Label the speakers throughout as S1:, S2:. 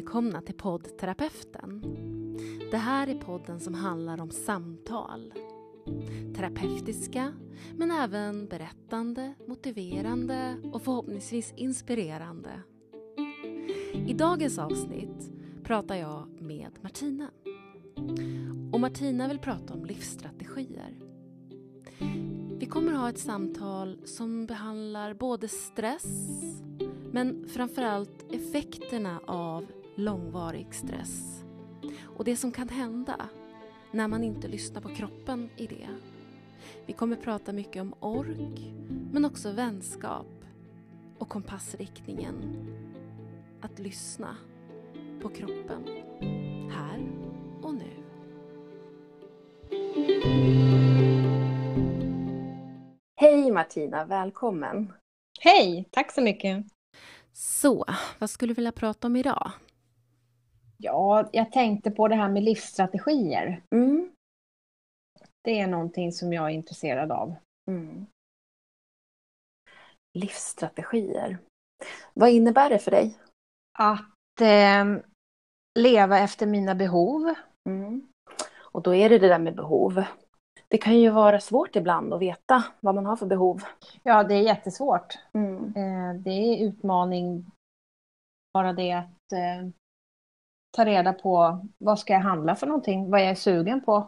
S1: välkomna till poddterapeuten. Det här är podden som handlar om samtal. Terapeutiska, men även berättande, motiverande och förhoppningsvis inspirerande. I dagens avsnitt pratar jag med Martina. Och Martina vill prata om livsstrategier. Vi kommer ha ett samtal som behandlar både stress, men framförallt effekterna av långvarig stress. Och det som kan hända när man inte lyssnar på kroppen i det. Vi kommer prata mycket om ork, men också vänskap och kompassriktningen. Att lyssna på kroppen, här och nu. Hej Martina, välkommen.
S2: Hej, tack så mycket.
S1: Så, vad skulle du vilja prata om idag?
S2: Ja, jag tänkte på det här med livsstrategier. Det är någonting som jag är intresserad av.
S1: Livsstrategier. Vad innebär det för dig?
S2: Att leva efter mina behov.
S1: Och då är det där med behov. Det kan ju vara svårt ibland att veta vad man har för behov.
S2: Ja, det är jättesvårt. Det är utmaning bara det att ta reda på vad ska jag handla för någonting, vad jag är sugen på.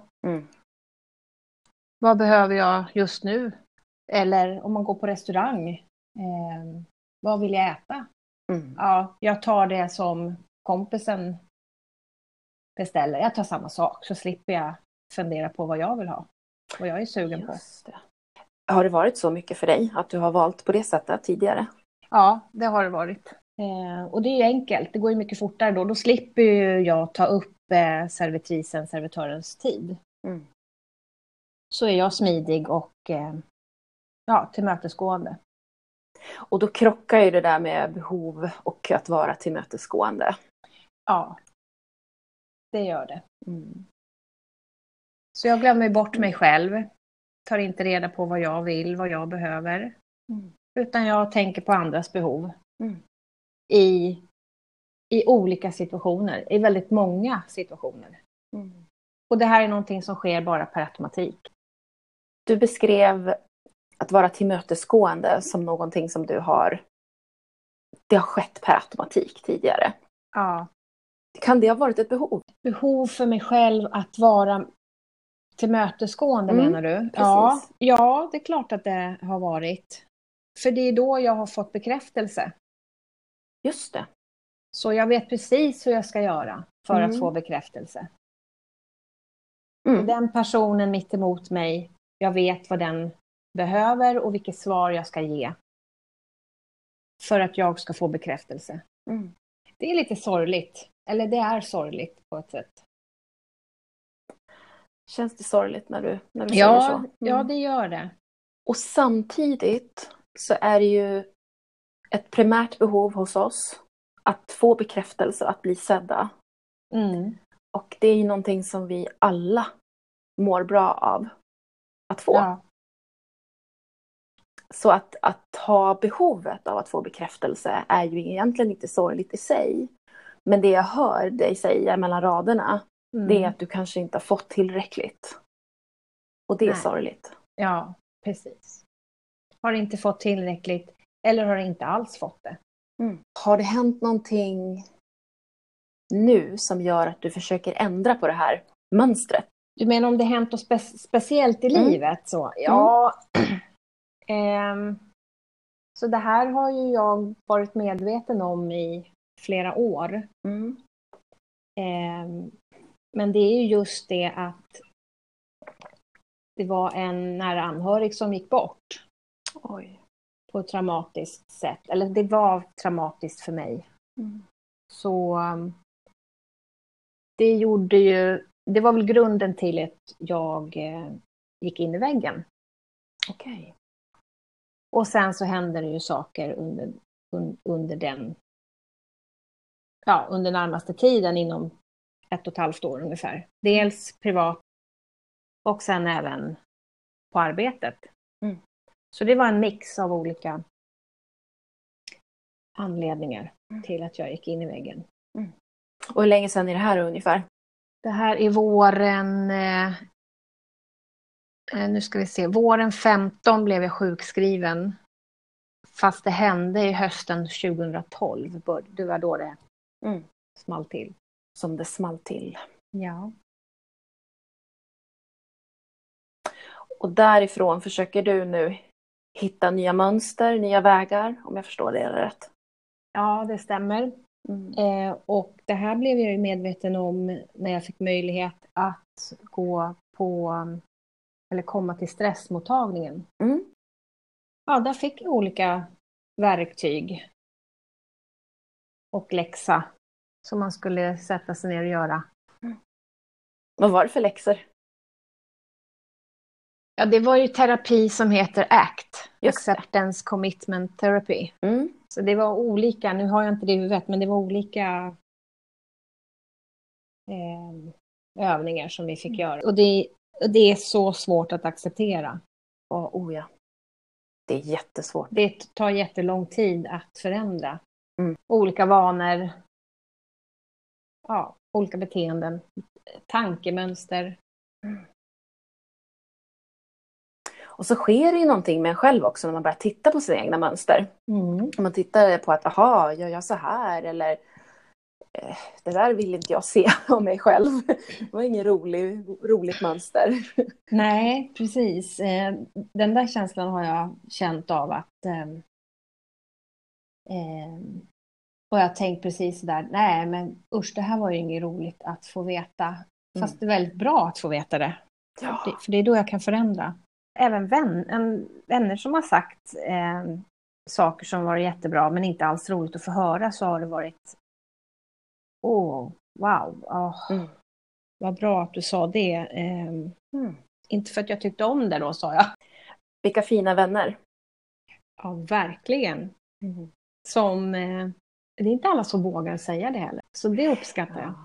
S2: Vad behöver jag just nu? Eller om man går på restaurang, vad vill jag äta? Ja, jag tar det som kompisen beställer. Jag tar samma sak så slipper jag fundera på vad jag vill ha. Vad jag är sugen på.
S1: Har det varit så mycket för dig att du har valt på det sättet tidigare?
S2: Ja, det har det varit. Och det är ju enkelt. Det går ju mycket fortare då. Då slipper ju jag ta upp servitörens tid. Så är jag smidig och tillmötesgående.
S1: Och då krockar ju det där med behov och att vara tillmötesgående.
S2: Ja, det gör det. Så jag glömmer bort mig själv. Tar inte reda på vad jag vill, vad jag behöver. Utan jag tänker på andras behov. I olika situationer. I väldigt många situationer. Och det här är någonting som sker bara per automatik.
S1: Du beskrev att vara tillmötesgående som någonting som det har skett per automatik tidigare.
S2: Ja.
S1: Kan det ha varit ett behov?
S2: Behov för mig själv att vara tillmötesgående menar du?
S1: Precis.
S2: Ja, det är klart att det har varit. För det är då jag har fått bekräftelse.
S1: Just det.
S2: Så jag vet precis hur jag ska göra för att få bekräftelse. Och den personen mitt emot mig, jag vet vad den behöver och vilket svar jag ska ge. För att jag ska få bekräftelse. Det är lite sorgligt. Eller det är sorgligt på ett sätt.
S1: Känns det sorgligt när du säger så?
S2: Ja, det gör det.
S1: Och samtidigt så är det ju ett primärt behov hos oss att få bekräftelse, att bli sedda. Och det är ju någonting som vi alla mår bra av att få.
S2: Ja.
S1: Så att ha behovet av att få bekräftelse är ju egentligen inte sorgligt i sig. Men det jag hör dig säga mellan raderna, det är att du kanske inte har fått tillräckligt. Och det är sorgligt.
S2: Ja, precis. Har inte fått tillräckligt eller har inte alls fått det.
S1: Har det hänt någonting nu som gör att du försöker ändra på det här mönstret?
S2: Du menar om det hänt något speciellt i livet? Så? Ja. Så det här har ju jag varit medveten om i flera år. Men det är ju just det att det var en nära anhörig som gick bort.
S1: Oj.
S2: På ett traumatiskt sätt. Eller det var traumatiskt för mig. Så det gjorde ju... Det var väl grunden till att jag gick in i väggen.
S1: Okej.
S2: Och sen så hände det ju saker under den... Ja, under närmaste tiden inom 1,5 år ungefär. Dels privat och sen även på arbetet. Så det var en mix av olika anledningar till att jag gick in i väggen.
S1: Och hur länge sedan är det här ungefär?
S2: Det här är våren, nu ska vi se, våren 15 blev jag sjukskriven. Fast det hände i hösten 2012. Det var då det small till.
S1: Som det small till.
S2: Ja.
S1: Och därifrån försöker du nu hitta nya mönster, nya vägar, om jag förstår det rätt.
S2: Ja, det stämmer. Och det här blev jag ju medveten om när jag fick möjlighet att gå på, eller komma till stressmottagningen. Ja, där fick jag olika verktyg och läxa som man skulle sätta sig ner och göra.
S1: Vad var det för läxor?
S2: Ja, det var ju terapi som heter ACT.
S1: Just det.
S2: Acceptance Commitment Therapy. Så det var olika, nu har jag inte det i huvudet, men det var olika övningar som vi fick göra. Och det är så svårt att acceptera.
S1: Ja. Det är jättesvårt.
S2: Det tar jättelång tid att förändra. Olika vanor. Ja, olika beteenden. Tankemönster.
S1: Och så sker det ju någonting med en själv också när man börjar titta på sina egna mönster. Om man tittar på att, aha, gör jag så här? Eller det där vill inte jag se om mig själv. Det var ingen roligt mönster.
S2: Nej, precis. Den där känslan har jag känt av att och jag har tänkt precis där, nej men usch, det här var ju inget roligt att få veta. Fast det är väldigt bra att få veta det.
S1: Ja.
S2: För det är då jag kan förändra. Även vänner som har sagt saker som var jättebra men inte alls roligt att få höra, så har det varit wow, vad bra att du sa det. Inte för att jag tyckte om det då, sa jag.
S1: Vilka fina vänner.
S2: Ja, verkligen. Som, det är inte alla som vågar säga det heller. Så det uppskattar jag.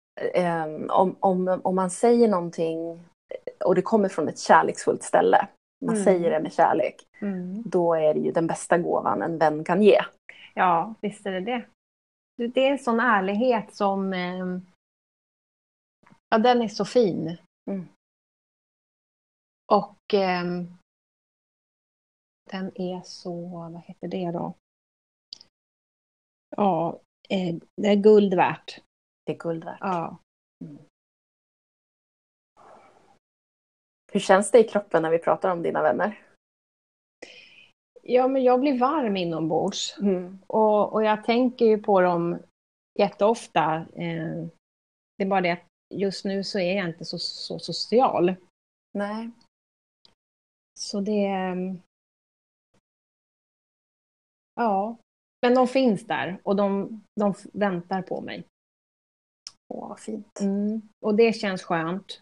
S1: Om man säger någonting och det kommer från ett kärleksfullt ställe, man säger det med kärlek, då är det ju den bästa gåvan en vän kan ge.
S2: Ja, visst är det det. Det är en sån ärlighet som, ja, den är så fin. Och den är så, vad heter det då? Ja, det är guld värt.
S1: Det är guld värt.
S2: Ja.
S1: Hur känns det i kroppen när vi pratar om dina vänner?
S2: Ja, men jag blir varm inombords. Och jag tänker ju på dem jätteofta. Det är bara det att just nu så är jag inte så social.
S1: Nej.
S2: Så det... Ja, men de finns där och de väntar på mig.
S1: Åh, vad fint.
S2: Och det känns skönt.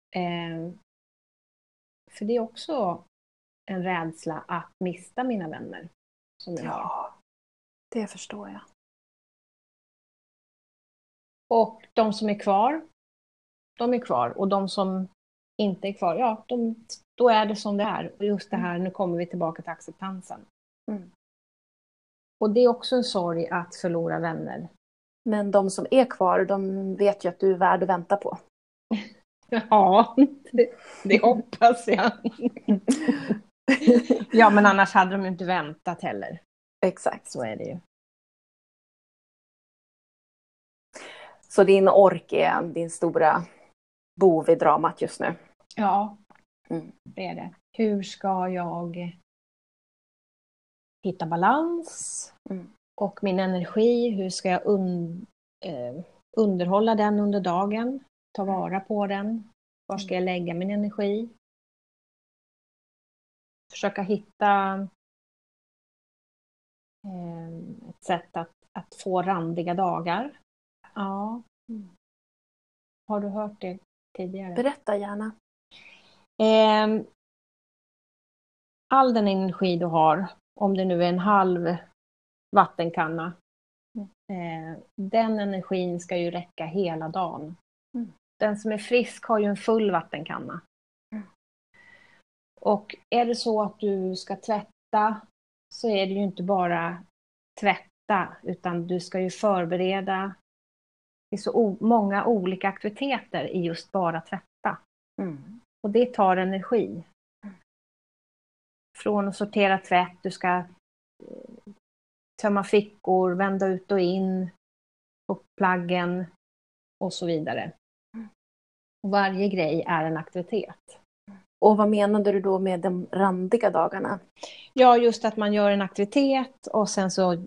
S2: För det är också en rädsla att mista mina vänner. Som jag har.
S1: Ja, det förstår jag.
S2: Och de som är kvar, de är kvar. Och de som inte är kvar, ja, då är det som det är. Och just det här, nu kommer vi tillbaka till acceptansen. Och det är också en sorg att förlora vänner.
S1: Men de som är kvar, de vet ju att du är värd att vänta på.
S2: Ja, det hoppas jag. Ja, men annars hade de ju inte väntat heller.
S1: Exakt.
S2: Så är det ju.
S1: Så din ork är din stora bov i dramat just nu?
S2: Ja, det är det. Hur ska jag hitta balans och min energi? Hur ska jag underhålla den under dagen? Ta vara på den? Var ska jag lägga min energi? Försöka hitta ett sätt att få randiga dagar. Ja. Har du hört det tidigare?
S1: Berätta gärna.
S2: All den energi du har, om det nu är en halv vattenkanna, den energin ska ju räcka hela dagen. Den som är frisk har ju en full vattenkanna. Och är det så att du ska tvätta, så är det ju inte bara tvätta, utan du ska ju förbereda Det är så många olika aktiviteter i just bara tvätta.
S1: Mm.
S2: Och det tar energi. Från att sortera tvätt, du ska tömma fickor, vända ut och in på plaggen och så vidare. Och varje grej är en aktivitet.
S1: Och vad menade du då med de dagarna?
S2: Ja, just att man gör en aktivitet och sen så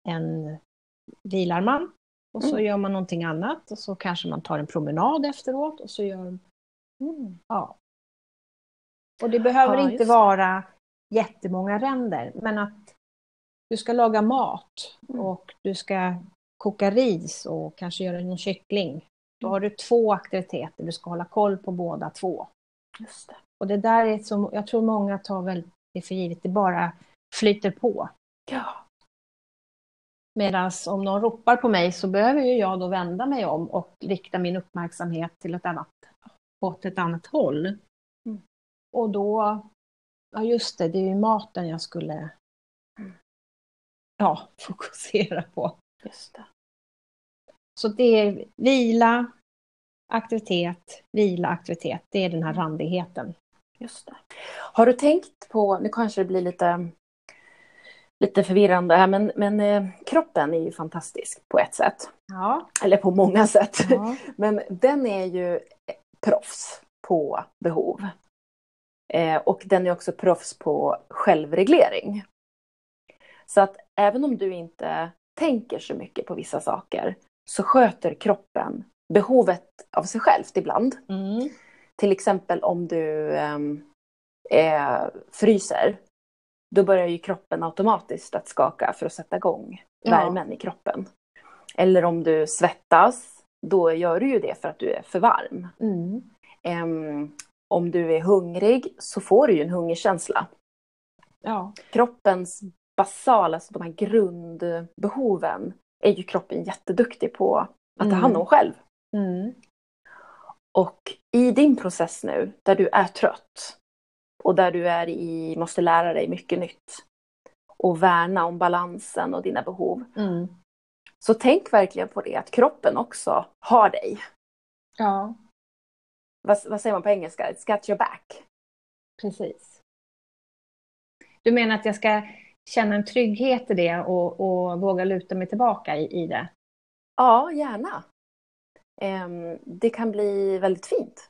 S2: vilar man. Och så gör man någonting annat och så kanske man tar en promenad efteråt och så gör ja. Och det behöver inte vara jättemånga ränder, men att du ska laga mat och du ska koka ris och kanske göra någon kyckling. Då har du 2 aktiviteter, du ska hålla koll på båda 2.
S1: Just det.
S2: Och det där är som, jag tror många tar väl det för givet, det bara flyter på.
S1: Ja.
S2: Medan om någon ropar på mig så behöver ju jag då vända mig om och rikta min uppmärksamhet till åt ett annat håll. Och då, ja just det är ju maten jag skulle fokusera på.
S1: Just det.
S2: Så det är vila, aktivitet, det är den här randigheten.
S1: Just det. Har du tänkt på, nu kanske det blir lite förvirrande här, men kroppen är ju fantastisk på ett sätt.
S2: Ja.
S1: Eller på många sätt.
S2: Ja.
S1: Men den är ju proffs på behov. Och den är också proffs på självreglering. Så att även om du inte tänker så mycket på vissa saker så sköter kroppen behovet av sig självt ibland.
S2: Mm.
S1: Till exempel om du fryser, då börjar ju kroppen automatiskt att skaka för att sätta igång värmen i kroppen. Eller om du svettas, då gör du ju det för att du är för varm. Om du är hungrig så får du ju en hungerkänsla.
S2: Ja.
S1: Kroppens basala, alltså de här grundbehoven, är ju kroppen jätteduktig på att ta hand om själv. Och i din process nu, där du är trött och där du måste lära dig mycket nytt och värna om balansen och dina behov, så tänk verkligen på det, att kroppen också har dig.
S2: Ja.
S1: Vad säger man på engelska? It's got your back.
S2: Precis. Du menar att jag ska känna en trygghet i det och våga luta mig tillbaka i det?
S1: Ja, gärna. Det kan bli väldigt fint.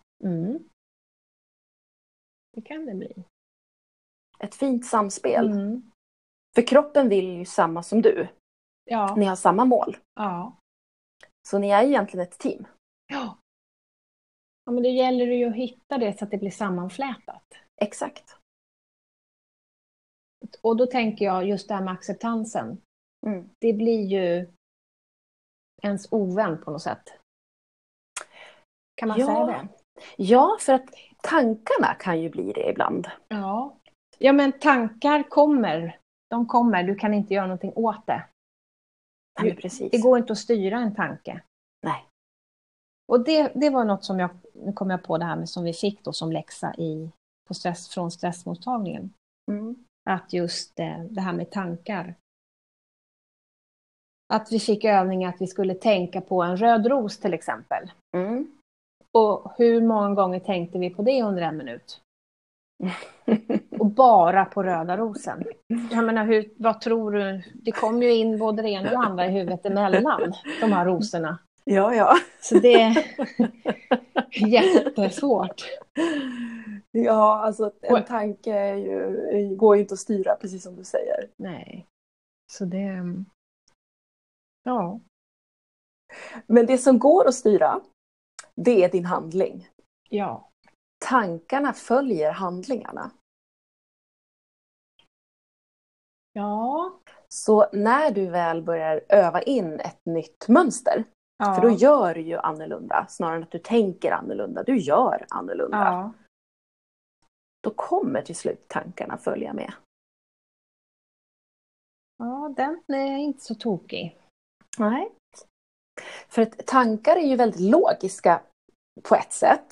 S2: Det kan det bli.
S1: Ett fint samspel. För kroppen vill ju samma som du.
S2: Ja.
S1: Ni har samma mål.
S2: Ja.
S1: Så ni är egentligen ett team.
S2: Ja. Ja, men det gäller ju att hitta det så att det blir sammanflätat.
S1: Exakt.
S2: Och då tänker jag just det här med acceptansen. Det blir ju ens ovän på något sätt. Kan man säga det?
S1: Ja, för att tankarna kan ju bli det ibland.
S2: Ja, men tankar kommer. De kommer, du kan inte göra någonting åt det.
S1: Nej, precis.
S2: Det går inte att styra en tanke.
S1: Nej.
S2: Och det var något som nu kom jag på det här med som vi fick då som läxa från stressmottagningen. Att just det här med tankar. Att vi fick övning att vi skulle tänka på en röd ros till exempel. Och hur många gånger tänkte vi på det under 1 minut? Och bara på röda rosen. Jag menar, vad tror du? Det kom ju in både det ena och det andra i huvudet emellan de här rosorna.
S1: Ja.
S2: Så det är jättesvårt.
S1: Ja, alltså en tanke går ju inte att styra, precis som du säger.
S2: Nej. Så det... Ja.
S1: Men det som går att styra, det är din handling.
S2: Ja.
S1: Tankarna följer handlingarna.
S2: Ja.
S1: Så när du väl börjar öva in ett nytt mönster, för då gör du ju annorlunda, snarare än att du tänker annorlunda, du gör annorlunda.
S2: Ja.
S1: Då kommer till slut tankarna följa med.
S2: Ja, den är inte så tokig.
S1: Nej. För att tankar är ju väldigt logiska på ett sätt.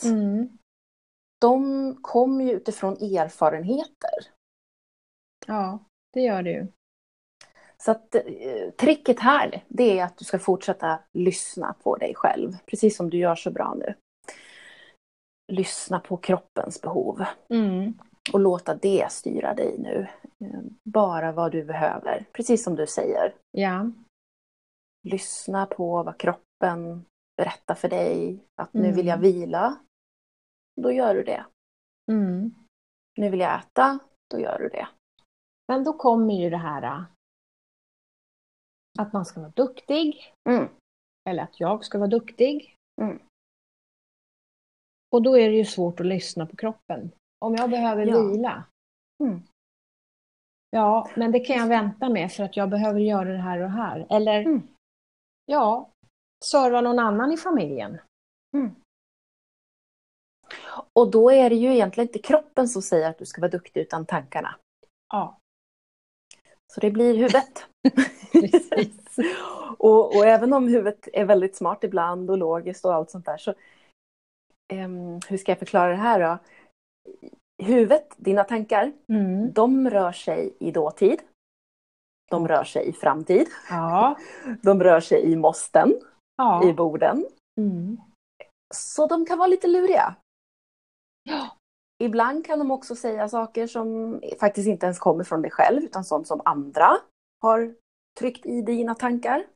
S1: De kommer ju utifrån erfarenheter.
S2: Ja, det gör det ju.
S1: Så att tricket här, det är att du ska fortsätta lyssna på dig själv. Precis som du gör så bra nu. Lyssna på kroppens behov. Och låta det styra dig nu. Bara vad du behöver. Precis som du säger.
S2: Ja.
S1: Lyssna på vad kroppen berättar för dig. Att nu vill jag vila. Då gör du det. Nu vill jag äta. Då gör du det.
S2: Men då kommer ju det här. Att man ska vara duktig. Eller att jag ska vara duktig. Och då är det ju svårt att lyssna på kroppen. Om jag behöver vila. Ja, men det kan jag vänta med för att jag behöver göra det här och här. Eller serva någon annan i familjen.
S1: Och då är det ju egentligen inte kroppen som säger att du ska vara duktig utan tankarna.
S2: Ja.
S1: Så det blir huvudet.
S2: Precis.
S1: och även om huvudet är väldigt smart ibland och logiskt och allt sånt där så hur ska jag förklara det här då? Huvudet, dina tankar, de rör sig i dåtid. De rör sig i framtid.
S2: Ja.
S1: De rör sig i måsten, i borden. Så de kan vara lite luriga.
S2: Ja.
S1: Ibland kan de också säga saker som faktiskt inte ens kommer från dig själv utan sånt som andra har tryckt i dina tankar.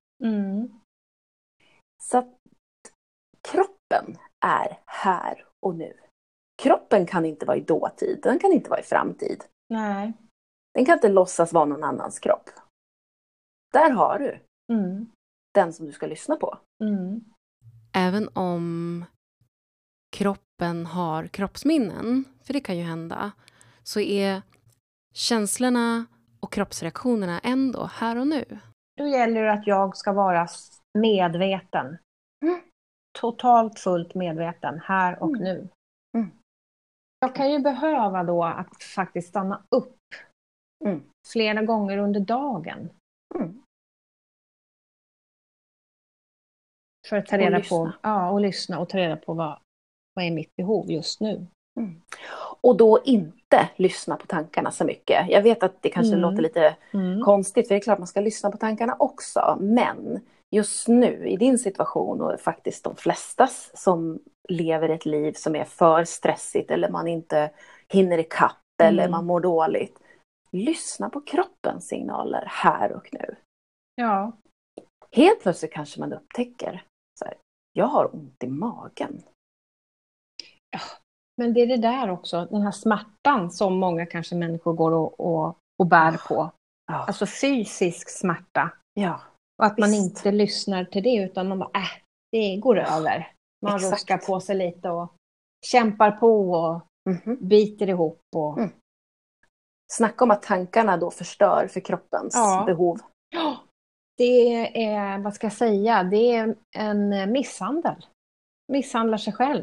S1: Så att kroppen är här och nu. Kroppen kan inte vara i dåtid, den kan inte vara i framtid.
S2: Nej.
S1: Den kan inte låtsas vara någon annans kropp. Där har du den som du ska lyssna på.
S3: Även om kroppen har kroppsminnen, för det kan ju hända, så är känslorna och kroppsreaktionerna ändå här och nu.
S2: Då gäller det att jag ska vara medveten. Totalt fullt medveten här och nu. Jag kan ju behöva då att faktiskt stanna upp flera gånger under dagen. För att ta reda på, och lyssna och ta reda på vad är mitt behov just nu.
S1: Och då inte lyssna på tankarna så mycket. Jag vet att det kanske låter lite konstigt, för det är klart man ska lyssna på tankarna också. Men just nu i din situation och faktiskt de flestas som lever ett liv som är för stressigt eller man inte hinner ikapp eller man mår dåligt. Lyssna på kroppens signaler här och nu.
S2: Ja.
S1: Helt plötsligt kanske man upptäcker så här, jag har ont i magen.
S2: Ja, men det är det där också, den här smärtan som många kanske människor går och bär på. Alltså fysisk smärta.
S1: Ja.
S2: Och att man inte lyssnar till det utan man bara, det går över. Man ruskar på sig lite och kämpar på och biter ihop. Och...
S1: Snacka om att tankarna då förstör för kroppens behov.
S2: Ja, det är, vad ska jag säga, det är en misshandel. Misshandlar sig själv.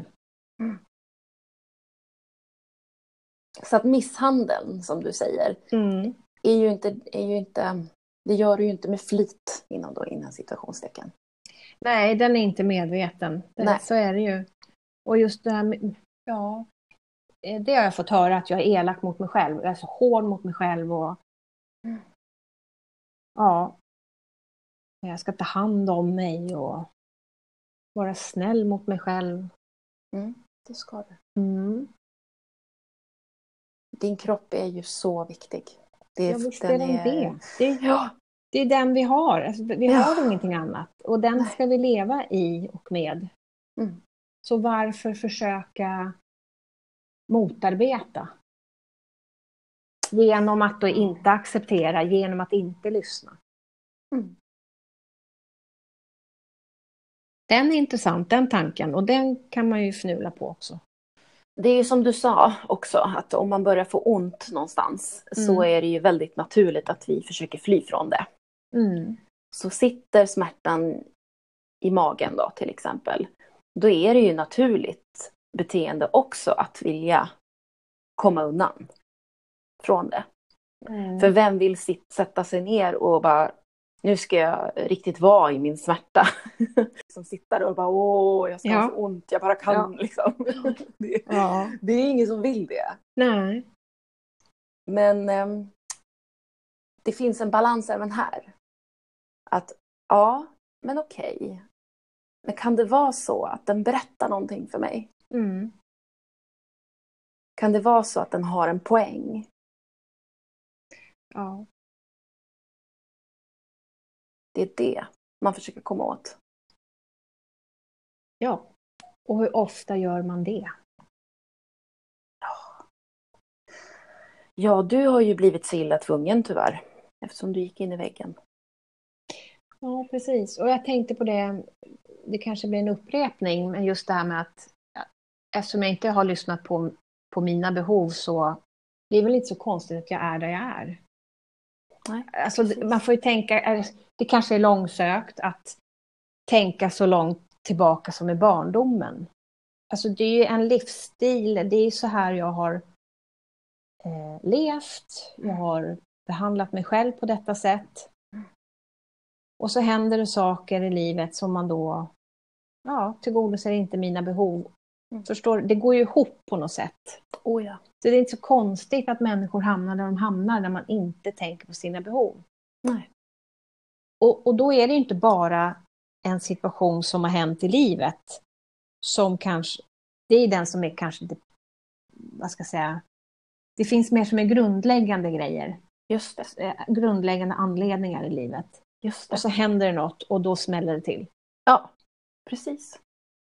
S1: Så att misshandeln, som du säger, är ju inte, det gör du ju inte med flit innan situationstecken.
S2: Nej, den är inte medveten. Så är det ju. Och just det här, det har jag fått höra att jag är elak mot mig själv. Jag är så hård mot mig själv och jag ska ta hand om mig och vara snäll mot mig själv.
S1: Det ska du. Din kropp är ju så viktig. Det
S2: är den vi har. Alltså, vi har ingenting annat. Och den ska vi leva i och med. Så varför försöka motarbeta? Genom att då inte acceptera, genom att inte lyssna. Den är intressant, den tanken. Och den kan man ju fnula på också.
S1: Det är ju som du sa också, att om man börjar få ont någonstans så är det ju väldigt naturligt att vi försöker fly från det. Så sitter smärtan i magen då till exempel, då är det ju naturligt beteende också att vilja komma undan från det. För vem vill sätta sig ner och bara, nu ska jag riktigt vara i min smärta. Som sitter och bara, jag ska ha så ont, jag bara kan liksom. Det är ingen som vill det.
S2: Nej.
S1: Men det finns en balans även här.
S3: Att ja, men okej. Men kan det vara så att den berättar någonting för mig?
S2: Mm.
S3: Kan det vara så att den har en poäng?
S2: Ja.
S3: Det är det man försöker komma åt.
S2: Ja. Och hur ofta gör man det?
S3: Ja, du har ju blivit så illa tvungen tyvärr. Eftersom du gick in i väggen.
S2: Ja, precis. Och jag tänkte på det, det kanske blir en upprepning, men just det här med att eftersom jag inte har lyssnat på mina behov, så det är väl inte så konstigt att jag är där jag är.
S3: Nej,
S2: alltså, man får ju tänka, det kanske är långsökt att tänka så långt tillbaka som i barndomen. Alltså det är ju en livsstil, det är ju så här jag har levt, jag har behandlat mig själv på detta sätt. Och så händer det saker i livet som man då tillgodoser inte mina behov. Förstår, det går ju ihop på något sätt.
S3: Oh ja.
S2: Så det är inte så konstigt att människor hamnar där de hamnar när man inte tänker på sina behov.
S3: Nej.
S2: Och då är det inte bara en situation som har hänt i livet som kanske, det är den som är kanske, vad ska jag säga, det finns mer som är grundläggande grejer.
S3: Just det.
S2: Grundläggande anledningar i livet.
S3: Just det.
S2: Och så händer det något och då smäller det till.
S3: Ja, precis.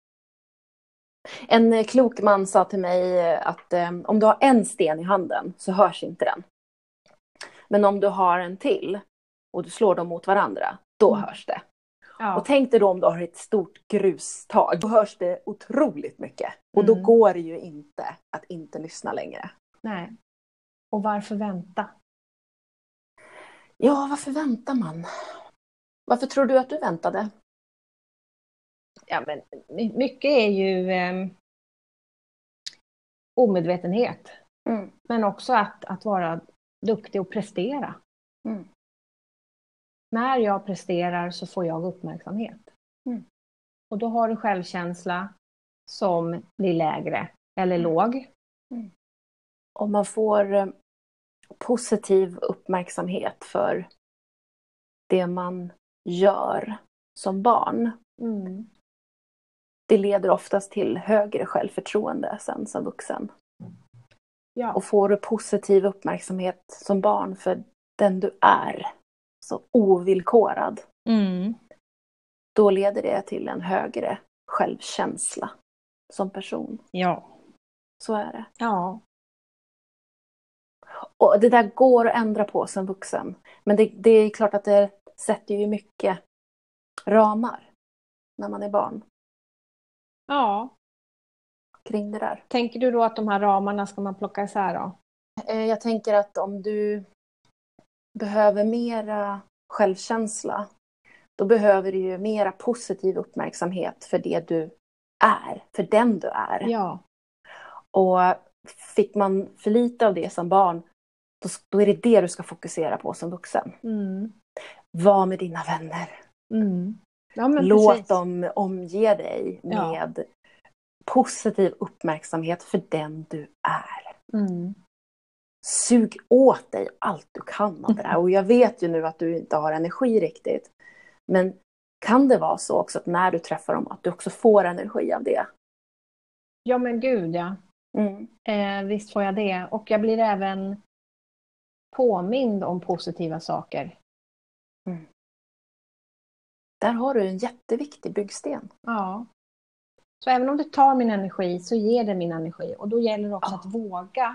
S3: En klok man sa till mig att om du har en sten i handen så hörs inte den. Men om du har en till och du slår dem mot varandra, då hörs det.
S2: Ja.
S3: Och tänk dig då om du har ett stort grustag, då hörs det otroligt mycket. Och då går det ju inte att inte lyssna längre.
S2: Nej. Och varför vänta?
S3: Ja, varför väntar man? Varför tror du att du väntade?
S2: Ja, men mycket är ju omedvetenhet. Men också att vara duktig och prestera. När jag presterar så får jag uppmärksamhet. Och då har du självkänsla som blir lägre eller låg.
S3: Om man får positiv uppmärksamhet för det man gör som barn. Det leder oftast till högre självförtroende sen som vuxen.
S2: Ja.
S3: Och får du positiv uppmärksamhet som barn för den du är, så ovillkorad, då leder det till en högre självkänsla som person.
S2: Ja.
S3: Så är det.
S2: Ja.
S3: Och det där går att ändra på som vuxen. Men det är klart att det sätter ju mycket ramar när man är barn.
S2: Ja.
S3: Kring det där.
S2: Tänker du då att de här ramarna ska man plocka isär då?
S3: Jag tänker att om du behöver mera självkänsla, då behöver du ju mera positiv uppmärksamhet för det du är, för den du är.
S2: Ja.
S3: Och fick man för lite av det som barn, då är det du ska fokusera på som vuxen. Var med dina vänner.
S2: Ja, men
S3: låt
S2: precis.
S3: dem omge dig med positiv uppmärksamhet för den du är. Sug åt dig allt du kan av det där. Och jag vet ju nu att du inte har energi riktigt. Men kan det vara så också att när du träffar dem att du också får energi av det?
S2: Ja, men gud ja. Visst får jag det. Och jag blir även påmind om positiva saker.
S3: Där har du en jätteviktig byggsten.
S2: Ja. Så även om det tar min energi så ger det min energi. Och då gäller det också att våga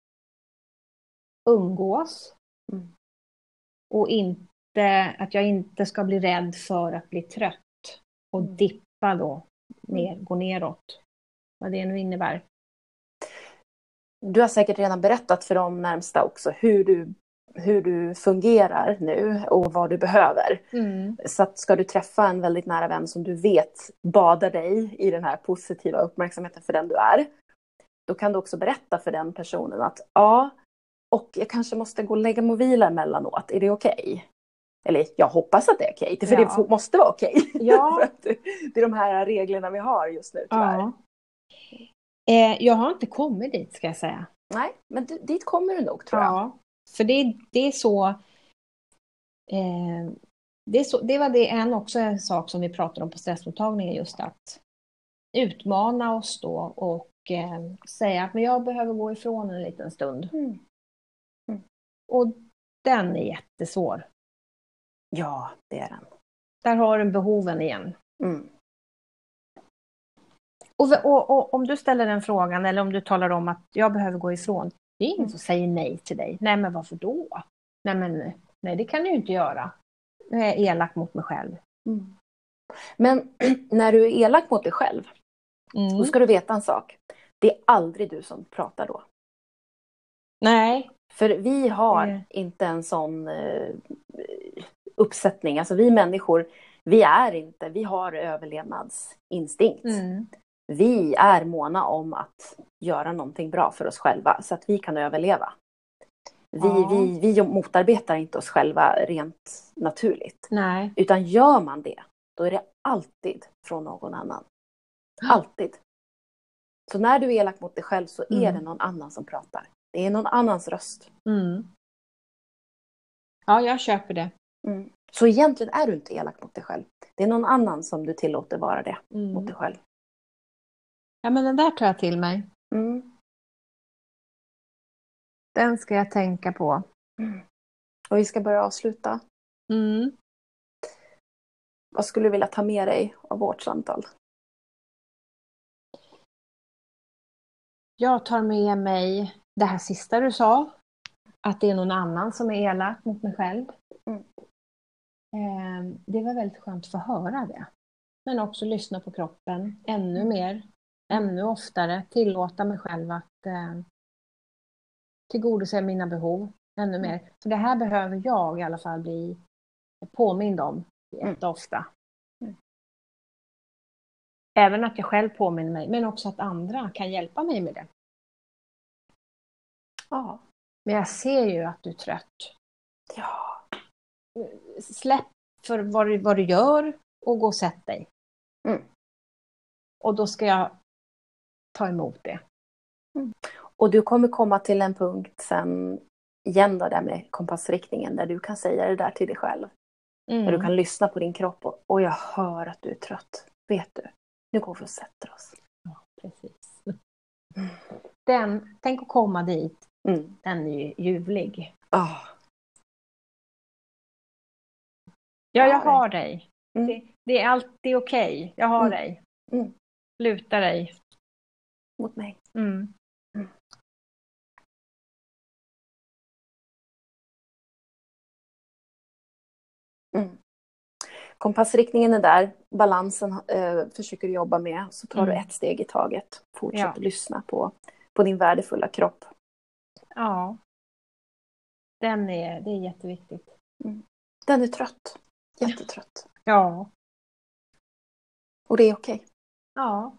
S2: umgås. Och inte, att jag inte ska bli rädd för att bli trött. Och dippa då, gå neråt. Vad det nu innebär.
S3: Du har säkert redan berättat för de närmsta också hur du fungerar nu och vad du behöver. Så att ska du träffa en väldigt nära vän som du vet badar dig i den här positiva uppmärksamheten för den du är, då kan du också berätta för den personen att och jag kanske måste gå och lägga mig och vila emellanåt. Är det okej? Eller jag hoppas att det är okej, för det måste vara okej.
S2: Ja.
S3: För att det är de här reglerna vi har just nu tyvärr.
S2: Ja. Jag har inte kommit dit, ska jag säga.
S3: Nej, men dit kommer du nog, tror jag.
S2: Ja, för det är så det var en sak som vi pratade om på stressmottagningen, just att utmana oss då och säga att men jag behöver gå ifrån en liten stund. Och den är jättesvår.
S3: Ja, det är den.
S2: Där har du behoven igen. Och om du ställer den frågan, eller om du talar om att jag behöver gå ifrån, det är ingen som säger nej till dig. Nej, men varför då? Nej, det kan du ju inte göra. Nu är jag elak mot mig själv.
S3: Men när du är elak mot dig själv, då ska du veta en sak. Det är aldrig du som pratar då.
S2: Nej.
S3: För vi har inte en sån uppsättning. Alltså vi människor, vi har överlevnadsinstinkt. Vi är måna om att göra någonting bra för oss själva så att vi kan överleva. Vi motarbetar inte oss själva rent naturligt.
S2: Nej.
S3: Utan gör man det, då är det alltid från någon annan. Alltid. Så när du är elak mot dig själv så är det någon annan som pratar. Det är någon annans röst.
S2: Ja, jag köper det.
S3: Så egentligen är du inte elak mot dig själv. Det är någon annan som du tillåter vara det mot dig själv.
S2: Ja, men den där tar jag till mig. Den ska jag tänka på.
S3: Och vi ska börja avsluta. Vad skulle du vilja ta med dig av vårt samtal?
S2: Jag tar med mig det här sista du sa. Att det är någon annan som är elak mot mig själv. Det var väldigt skönt att få höra det. Men också lyssna på kroppen ännu mer. Ännu oftare. Tillåta mig själv att tillgodose mina behov ännu mer. Så det här behöver jag i alla fall bli påmind om ofta. Även att jag själv påminner mig, men också att andra kan hjälpa mig med det.
S3: Ja.
S2: Men jag ser ju att du är trött.
S3: Ja.
S2: Släpp för vad du gör och gå och sätt dig. Och då ska jag ta emot det.
S3: Och du kommer komma till en punkt sen igen då, där med kompassriktningen, där du kan säga det där till dig själv. Där du kan lyssna på din kropp och jag hör att du är trött. Vet du, nu går vi och sätter oss.
S2: Ja, precis. Tänk att komma dit. Den är ju ljuvlig. Ja, jag har dig. Det är alltid okej. Jag har dig. Luta dig.
S3: Mot mig. Kompassriktningen är där. Balansen försöker du jobba med. Så tar du ett steg i taget. Fortsätt lyssna på din värdefulla kropp.
S2: Ja. Det är jätteviktigt.
S3: Den är trött. Jättetrött.
S2: Ja.
S3: Och det är okej.
S2: Ja.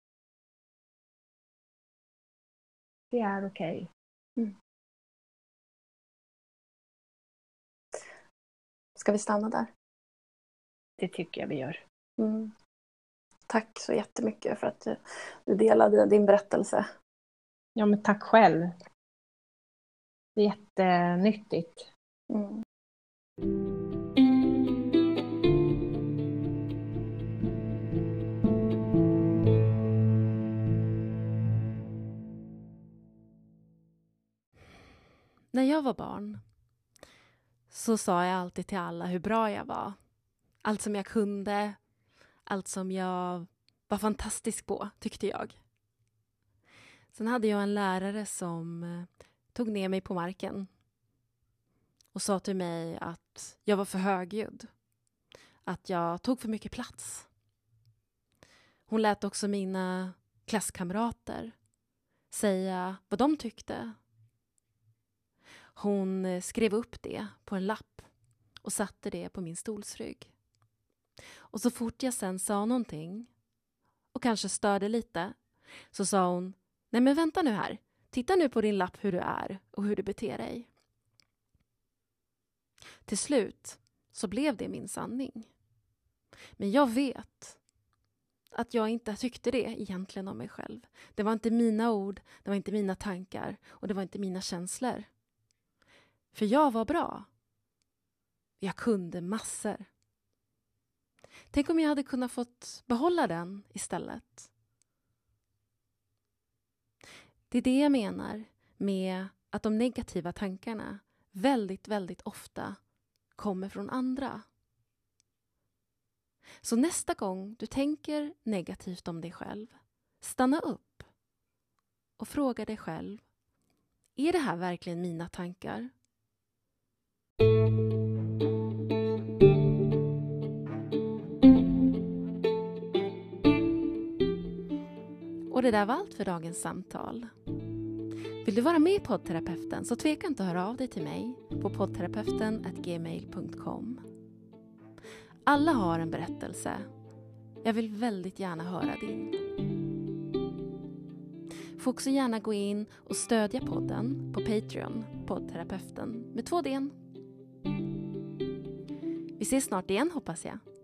S2: Det är okej.
S3: Ska vi stanna där?
S2: Det tycker jag vi gör.
S3: Tack så jättemycket för att du delade din berättelse.
S2: Ja, men tack själv. Det är jättenyttigt.
S1: När jag var barn så sa jag alltid till alla hur bra jag var. Allt som jag kunde, allt som jag var fantastisk på, tyckte jag. Sen hade jag en lärare som tog ner mig på marken och sa till mig att jag var för högljudd. Att jag tog för mycket plats. Hon lät också mina klasskamrater säga vad de tyckte. Hon skrev upp det på en lapp och satte det på min stolsrygg. Och så fort jag sen sa någonting och kanske störde lite så sa hon: nej men vänta nu här, titta nu på din lapp hur du är och hur du beter dig. Till slut så blev det min sanning. Men jag vet att jag inte tyckte det egentligen om mig själv. Det var inte mina ord, det var inte mina tankar och det var inte mina känslor. För jag var bra. Jag kunde massor.
S3: Tänk om jag hade kunnat fått behålla den istället. Det är det jag menar med att de negativa tankarna väldigt, väldigt ofta kommer från andra. Så nästa gång du tänker negativt om dig själv, stanna upp och fråga dig själv: är det här verkligen mina tankar? Och det där var allt för dagens samtal. Vill du vara med i Poddterapeuten så tveka inte att höra av dig till mig på poddterapeuten@gmail.com. Alla har en berättelse. Jag vill väldigt gärna höra din. Får också gärna gå in och stödja podden på Patreon, Poddterapeuten med 2 D. Vi ses snart igen, hoppas jag.